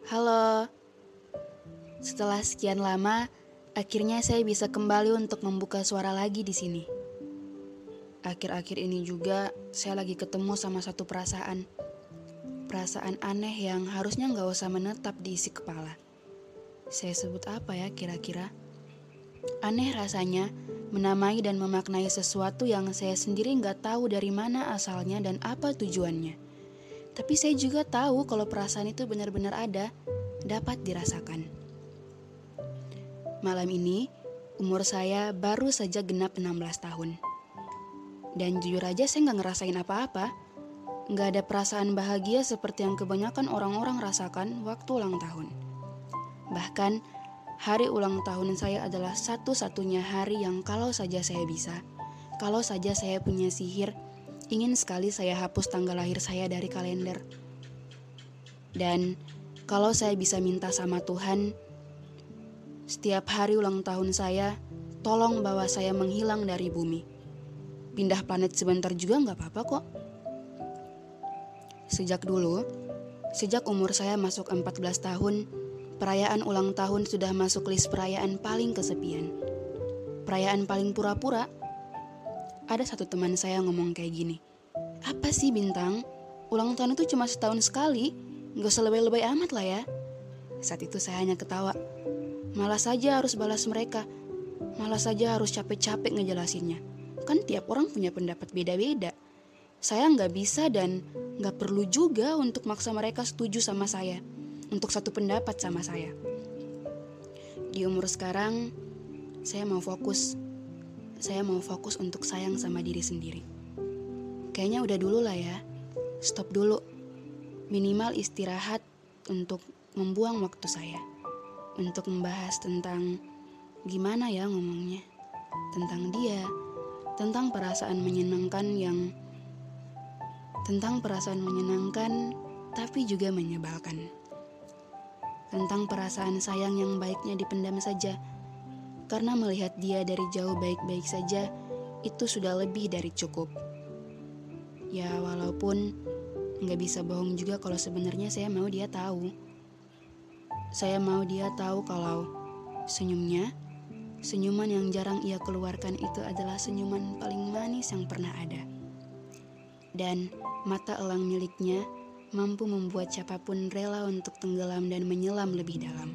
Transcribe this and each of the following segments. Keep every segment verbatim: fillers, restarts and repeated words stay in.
Halo, setelah sekian lama, akhirnya saya bisa kembali untuk membuka suara lagi di sini. Akhir-akhir ini juga, saya lagi ketemu sama satu perasaan. Perasaan aneh yang harusnya nggak usah menetap di isi kepala. Saya sebut apa ya kira-kira? Aneh rasanya menamai dan memaknai sesuatu yang saya sendiri nggak tahu dari mana asalnya dan apa tujuannya. Tapi saya juga tahu kalau perasaan itu benar-benar ada, dapat dirasakan. Malam ini, umur saya baru saja genap enam belas tahun. Dan jujur aja saya nggak ngerasain apa-apa. Nggak ada perasaan bahagia seperti yang kebanyakan orang-orang rasakan waktu ulang tahun. Bahkan, hari ulang tahun saya adalah satu-satunya hari yang kalau saja saya bisa, kalau saja saya punya sihir, ingin sekali saya hapus tanggal lahir saya dari kalender. Dan kalau saya bisa minta sama Tuhan, setiap hari ulang tahun saya, tolong bawa saya menghilang dari bumi. Pindah planet sebentar juga gak apa-apa kok. Sejak dulu, sejak umur saya masuk empat belas tahun, perayaan ulang tahun sudah masuk list perayaan paling kesepian. Perayaan paling pura-pura. Ada satu teman saya ngomong kayak gini, "Apa sih Bintang? Ulang tahun itu cuma setahun sekali, gak usah lebay-lebay amat lah ya." Saat itu saya hanya ketawa. Malas saja harus balas mereka. Malas saja harus capek-capek ngejelasinnya. Kan tiap orang punya pendapat beda-beda. Saya gak bisa dan gak perlu juga untuk maksa mereka setuju sama saya, untuk satu pendapat sama saya. Di umur sekarang, saya mau fokus. Saya mau fokus untuk sayang sama diri sendiri. Kayaknya udah dulu lah ya. Stop dulu. Minimal istirahat untuk membuang waktu saya. Untuk membahas tentang gimana ya ngomongnya. Tentang dia. Tentang perasaan menyenangkan yang Tentang perasaan menyenangkan tapi juga menyebalkan. Tentang perasaan sayang yang baiknya dipendam saja. Karena melihat dia dari jauh baik-baik saja, itu sudah lebih dari cukup. Ya walaupun gak bisa bohong juga kalau sebenarnya saya mau dia tahu. Saya mau dia tahu kalau senyumnya, senyuman yang jarang ia keluarkan itu adalah senyuman paling manis yang pernah ada. Dan mata elang miliknya mampu membuat siapapun rela untuk tenggelam dan menyelam lebih dalam.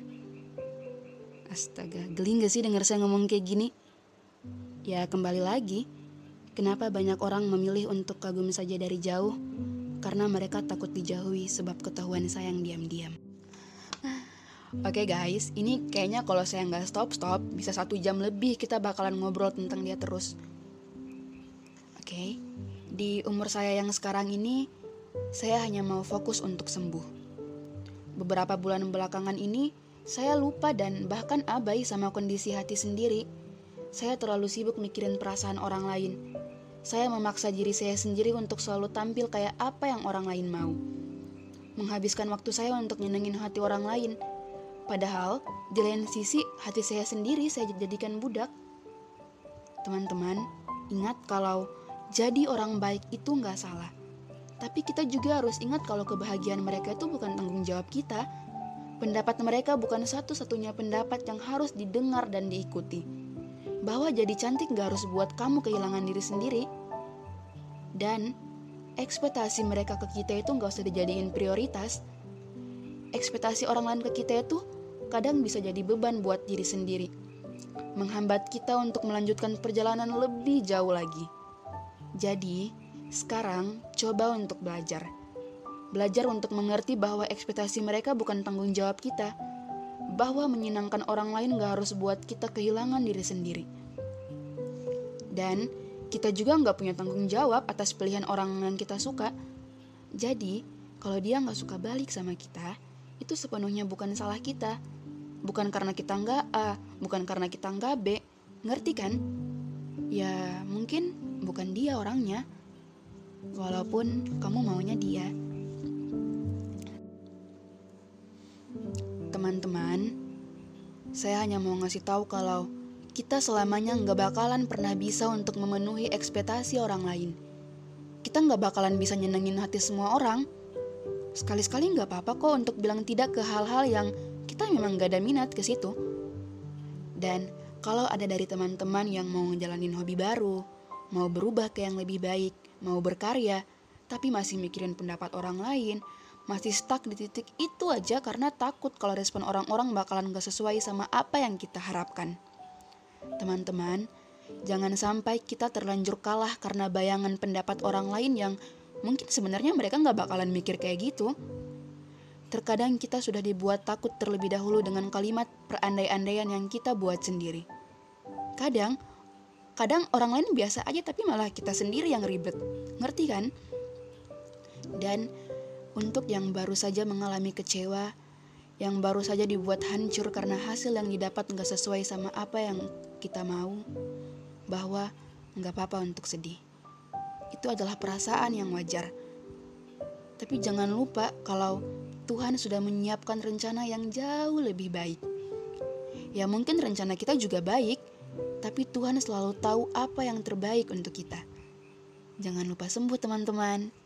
Astaga, geli gak sih dengar saya ngomong kayak gini? Ya kembali lagi, kenapa banyak orang memilih untuk kagum saja dari jauh? Karena mereka takut dijauhi sebab ketahuan sayang diam-diam. Oke okay guys, ini kayaknya kalau saya nggak stop-stop, bisa satu jam lebih kita bakalan ngobrol tentang dia terus. Oke, okay. Di umur saya yang sekarang ini, saya hanya mau fokus untuk sembuh. Beberapa bulan belakangan ini, saya lupa dan bahkan abai sama kondisi hati sendiri. Saya terlalu sibuk mikirin perasaan orang lain. Saya memaksa diri saya sendiri untuk selalu tampil kayak apa yang orang lain mau. Menghabiskan waktu saya untuk nyenengin hati orang lain. Padahal, di lain sisi, hati saya sendiri saya jadikan budak. Teman-teman, ingat kalau jadi orang baik itu gak salah. Tapi kita juga harus ingat kalau kebahagiaan mereka itu bukan tanggung jawab kita. Pendapat mereka bukan satu-satunya pendapat yang harus didengar dan diikuti. Bahwa jadi cantik gak harus buat kamu kehilangan diri sendiri. Dan, ekspektasi mereka ke kita itu gak usah dijadiin prioritas. Ekspektasi orang lain ke kita itu kadang bisa jadi beban buat diri sendiri, menghambat kita untuk melanjutkan perjalanan lebih jauh lagi. Jadi, sekarang coba untuk belajar. Belajar untuk mengerti bahwa ekspektasi mereka bukan tanggung jawab kita, bahwa menyenangkan orang lain gak harus buat kita kehilangan diri sendiri. Dan, kita juga gak punya tanggung jawab atas pilihan orang yang kita suka. Jadi, kalau dia gak suka balik sama kita, itu sepenuhnya bukan salah kita. Bukan karena kita nggak A, bukan karena kita nggak B. Ngerti kan? Ya mungkin bukan dia orangnya. Walaupun kamu maunya dia. Teman-teman, saya hanya mau ngasih tahu kalau kita selamanya nggak bakalan pernah bisa untuk memenuhi ekspektasi orang lain. Kita nggak bakalan bisa nyenengin hati semua orang. Sekali-sekali nggak apa-apa kok untuk bilang tidak ke hal-hal yang kita memang gak ada minat ke situ. Dan kalau ada dari teman-teman yang mau ngejalanin hobi baru, mau berubah ke yang lebih baik, mau berkarya, tapi masih mikirin pendapat orang lain, masih stuck di titik itu aja karena takut kalau respon orang-orang bakalan gak sesuai sama apa yang kita harapkan. Teman-teman, jangan sampai kita terlanjur kalah karena bayangan pendapat orang lain yang mungkin sebenarnya mereka gak bakalan mikir kayak gitu. Terkadang kita sudah dibuat takut terlebih dahulu dengan kalimat perandai-andaian yang kita buat sendiri. Kadang, kadang orang lain biasa aja tapi malah kita sendiri yang ribet. Ngerti kan? Dan untuk yang baru saja mengalami kecewa, yang baru saja dibuat hancur karena hasil yang didapat gak sesuai sama apa yang kita mau, bahwa gak apa-apa untuk sedih. Itu adalah perasaan yang wajar. Tapi jangan lupa kalau Tuhan sudah menyiapkan rencana yang jauh lebih baik. Ya mungkin rencana kita juga baik, tapi Tuhan selalu tahu apa yang terbaik untuk kita. Jangan lupa sembuh teman-teman.